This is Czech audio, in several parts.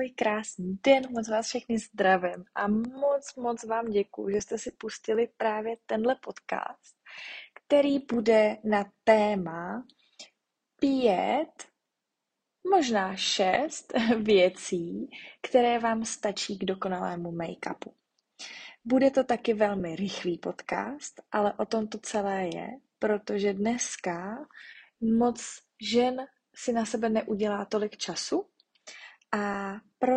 můj krásný den, moc vás všechny zdravím a moc vám děkuju, že jste si pustili právě tenhle podcast, který bude na téma 5, možná 6 věcí, které vám stačí k dokonalému make-upu. Bude to taky velmi rychlý podcast, ale o tom to celé je, protože dneska moc žen si na sebe neudělá tolik času a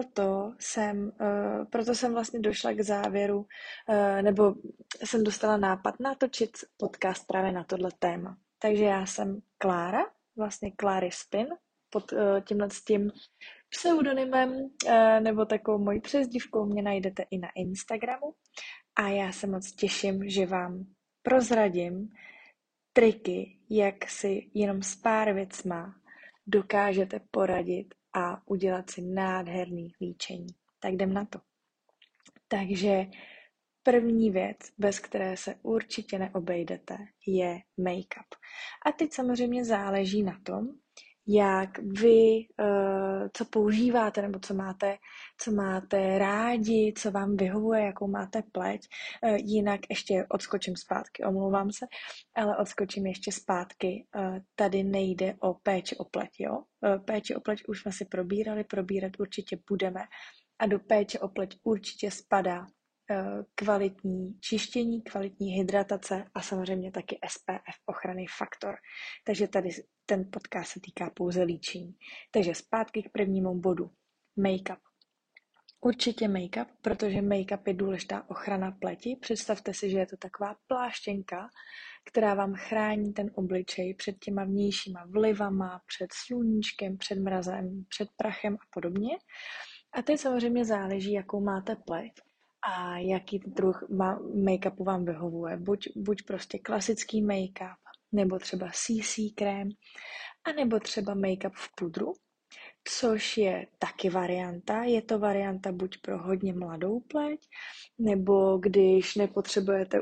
proto jsem vlastně došla k závěru, nebo jsem dostala nápad natočit podcast právě na tohle téma. Takže já jsem Klára, vlastně Kláry Spin, pod tím pseudonymem nebo takovou mojí přezdívkou mě najdete i na Instagramu. A já se moc těším, že vám prozradím triky, jak si jenom s pár věcma dokážete poradit a udělat si nádherný líčení. Tak jdem na to. Takže první věc, bez které se určitě neobejdete, je make-up. A teď samozřejmě záleží na tom, jak vy, co používáte, nebo co máte rádi, co vám vyhovuje, jakou máte pleť. Jinak ještě odskočím zpátky, omlouvám se, ale odskočím ještě zpátky. Tady nejde o péči o pleť, jo? Péči o pleť už jsme si probírat určitě budeme. A do péče o pleť určitě spadá kvalitní čištění, kvalitní hydratace a samozřejmě taky SPF, ochranný faktor. Takže tady ten podcast se týká pouze líčení. Takže zpátky k prvnímu bodu. Make-up. Určitě make-up, protože make-up je důležitá ochrana pleti. Představte si, že je to taková pláštěnka, která vám chrání ten obličej před těma vnějšíma vlivama, před sluníčkem, před mrazem, před prachem a podobně. A teď samozřejmě záleží, jakou máte pleť a jaký druh make-upu vám vyhovuje. Buď prostě klasický make-up, nebo třeba CC krém, anebo třeba make-up v pudru, což je taky varianta. Je to varianta buď pro hodně mladou pleť, nebo když nepotřebujete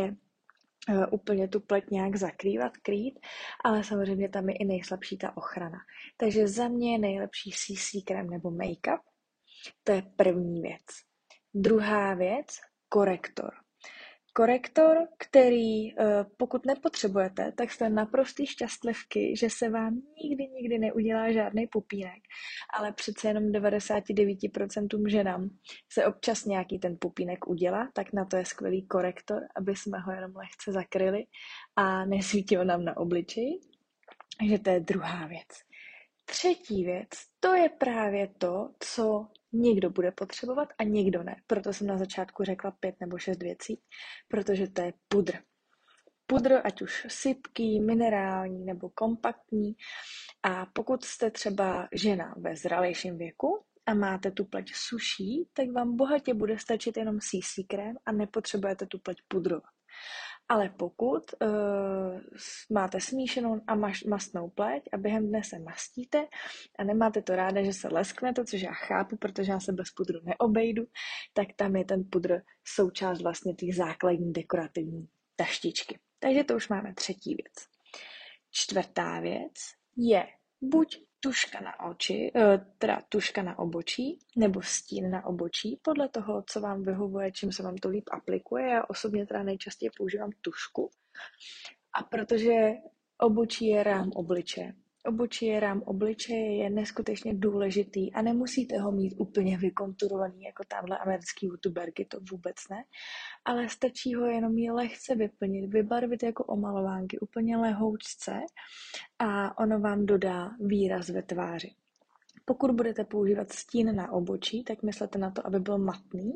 úplně tu pleť nějak krýt, ale samozřejmě tam je i nejslabší ta ochrana. Takže za mě je nejlepší CC krém nebo make-up. To je první věc. Druhá věc, korektor. Korektor, který pokud nepotřebujete, tak jste naprostý šťastlivky, že se vám nikdy neudělá žádný pupínek, ale přece jenom 99% ženám se občas nějaký ten pupínek udělá, tak na to je skvělý korektor, aby jsme ho jenom lehce zakryli a nesvítil nám na obličeji. Takže to je druhá věc. Třetí věc, to je právě to, co někdo bude potřebovat a někdo ne. Proto jsem na začátku řekla 5 nebo 6 věcí, protože to je pudr. Pudr, ať už sypký, minerální nebo kompaktní. A pokud jste třeba žena ve zralejším věku a máte tu pleť suší, tak vám bohatě bude stačit jenom CC krém a nepotřebujete tu pleť pudrovat. Ale pokud máte smíšenou a mastnou pleť a během dne se mastíte a nemáte to ráda, že se lesknete, což já chápu, protože já se bez pudru neobejdu, tak tam je ten pudr součást vlastně těch základní dekorativní taštičky. Takže to už máme třetí věc. Čtvrtá věc je buď tuška na oči, teda tuška na obočí, nebo stín na obočí, podle toho, co vám vyhovuje, čím se vám to líp aplikuje. Já osobně teda nejčastěji používám tušku. A protože obočí je rám obličeje. Obočí je rám obličeje, je neskutečně důležitý a nemusíte ho mít úplně vykonturovaný jako tamhle americký youtuberky, to vůbec ne, ale stačí ho jenom je lehce vyplnit, vybarvit jako omalovánky úplně lehoučce a ono vám dodá výraz ve tváři. Pokud budete používat stín na obočí, tak myslete na to, aby byl matný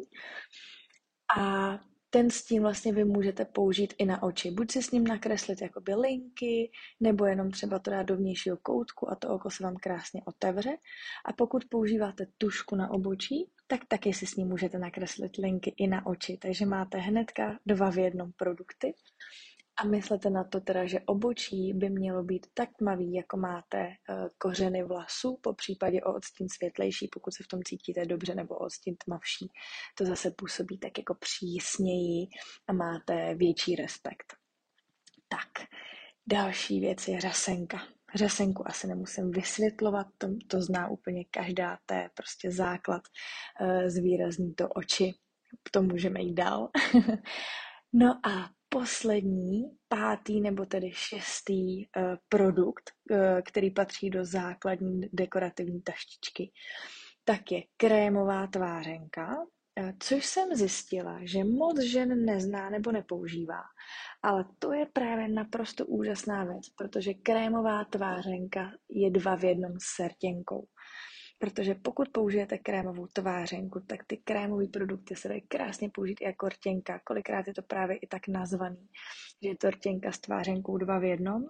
a ten stín vlastně vy můžete použít i na oči. Buď si s ním nakreslit jakoby linky, nebo jenom třeba to dát do vnějšího koutku a to oko se vám krásně otevře. A pokud používáte tušku na obočí, tak taky si s ním můžete nakreslit linky i na oči. Takže máte hnedka 2 v 1 produkty. A myslete na to teda, že obočí by mělo být tak tmavý, jako máte kořeny vlasů, po případě o odstín světlejší, pokud se v tom cítíte dobře, nebo o odstín tmavší. To zase působí tak jako přísněji a máte větší respekt. Tak, další věc je řasenka. Řasenku asi nemusím vysvětlovat, to zná úplně každá, to je prostě základ, zvýrazní to oči, to můžeme jít dál. No a poslední, pátý nebo tedy šestý produkt, který patří do základní dekorativní taštičky, tak je krémová tvářenka, což jsem zjistila, že moc žen nezná nebo nepoužívá. Ale to je právě naprosto úžasná věc, protože krémová tvářenka je 2 v 1 s rtěnkou. Protože pokud použijete krémovou tvářenku, tak ty krémové produkty se dají krásně použít i jako rtěnka. Kolikrát je to právě i tak nazvaný, že je to rtěnka s tvářenkou 2 v 1.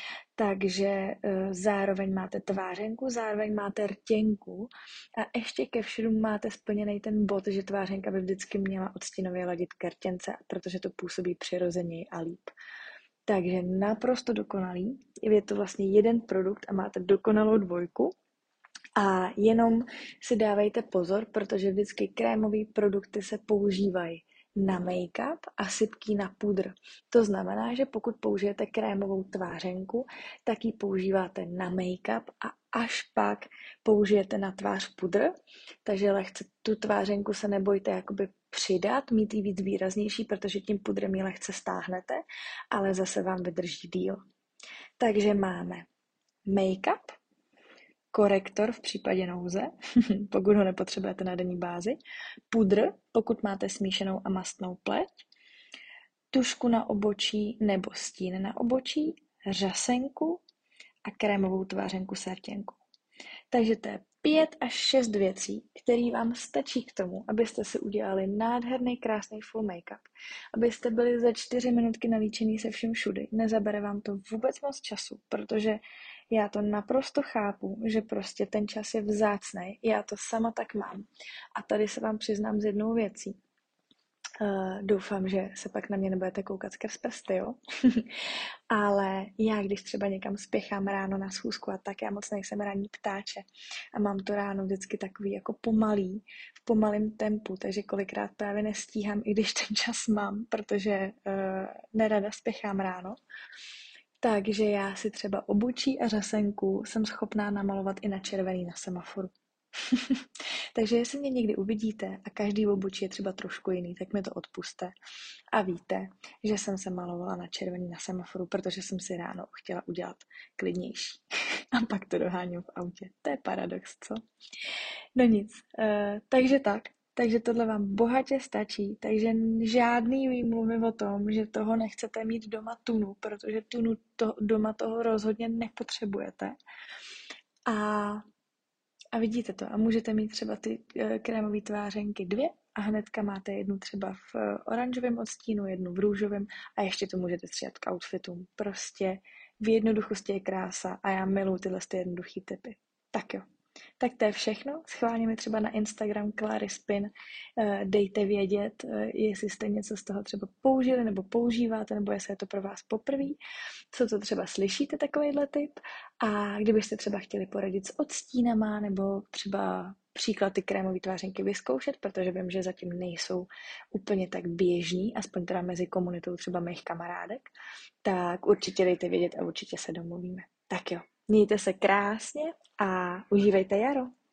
Takže zároveň máte tvářenku, zároveň máte rtěnku a ještě ke všemu máte splněný ten bod, že tvářenka by vždycky měla odstínově ladit k rtěnce, protože to působí přirozeněji a líp. Takže naprosto dokonalý. Je to vlastně jeden produkt a máte dokonalou dvojku. A jenom si dávejte pozor, protože vždycky krémové produkty se používají na make-up a sypký na pudr. To znamená, že pokud použijete krémovou tvářenku, tak ji používáte na make-up a až pak použijete na tvář pudr. Takže lehce tu tvářenku se nebojte jakoby přidat, mít ji víc výraznější, protože tím pudrem ji lehce stáhnete, ale zase vám vydrží díl. Takže máme make-up, korektor v případě nouze, pokud ho nepotřebujete na denní bázi, pudr, pokud máte smíšenou a mastnou pleť, tušku na obočí nebo stín na obočí, řasenku a krémovou tvářenku s rtěnkou. Takže to je 5 až 6 věcí, které vám stačí k tomu, abyste si udělali nádherný, krásný full make-up. Abyste byli za 4 minutky nalíčený se vším všudy. Nezabere vám to vůbec moc času, protože já to naprosto chápu, že prostě ten čas je vzácnej. Já to sama tak mám. A tady se vám přiznám s jednou věcí. Doufám, že se pak na mě nebudete koukat skrz prsty, jo? Ale já, když třeba někam spěchám ráno na schůzku a tak, já moc nejsem ranní ptáče a mám to ráno vždycky takový jako pomalý, v pomalém tempu, takže kolikrát právě nestíhám, i když ten čas mám, protože nerada spěchám ráno. Takže já si třeba obočí a řasenku jsem schopná namalovat i na červený na semaforu. Takže jestli mě někdy uvidíte a každý obočí je třeba trošku jiný, tak mi to odpuste. A víte, že jsem se malovala na červený na semaforu, protože jsem si ráno chtěla udělat klidnější. A pak to doháním v autě. To je paradox, co? No nic. Takže tak. Takže tohle vám bohatě stačí, takže žádný výmluvy o tom, že toho nechcete mít doma tunu, protože tunu doma toho rozhodně nepotřebujete. A vidíte to. A můžete mít třeba ty krémové tvářenky 2 a hnedka máte jednu třeba v oranžovém odstínu, jednu v růžovém a ještě to můžete střídat k outfitům. Prostě v jednoduchosti je krása a já miluji tyhle jednoduchý typy. Tak jo. Tak to je všechno. Schválně mi třeba na Instagram Clary Spin dejte vědět, jestli jste něco z toho třeba použili nebo používáte, nebo jestli je to pro vás poprvé, co to třeba slyšíte takovýhle tip. A kdybyste třeba chtěli poradit s odstínama nebo třeba příklad ty krémové tvářenky vyzkoušet, protože vím, že zatím nejsou úplně tak běžný, aspoň teda mezi komunitou třeba mých kamarádek, tak určitě dejte vědět a určitě se domluvíme. Tak jo. Mějte se krásně a užívejte jaro.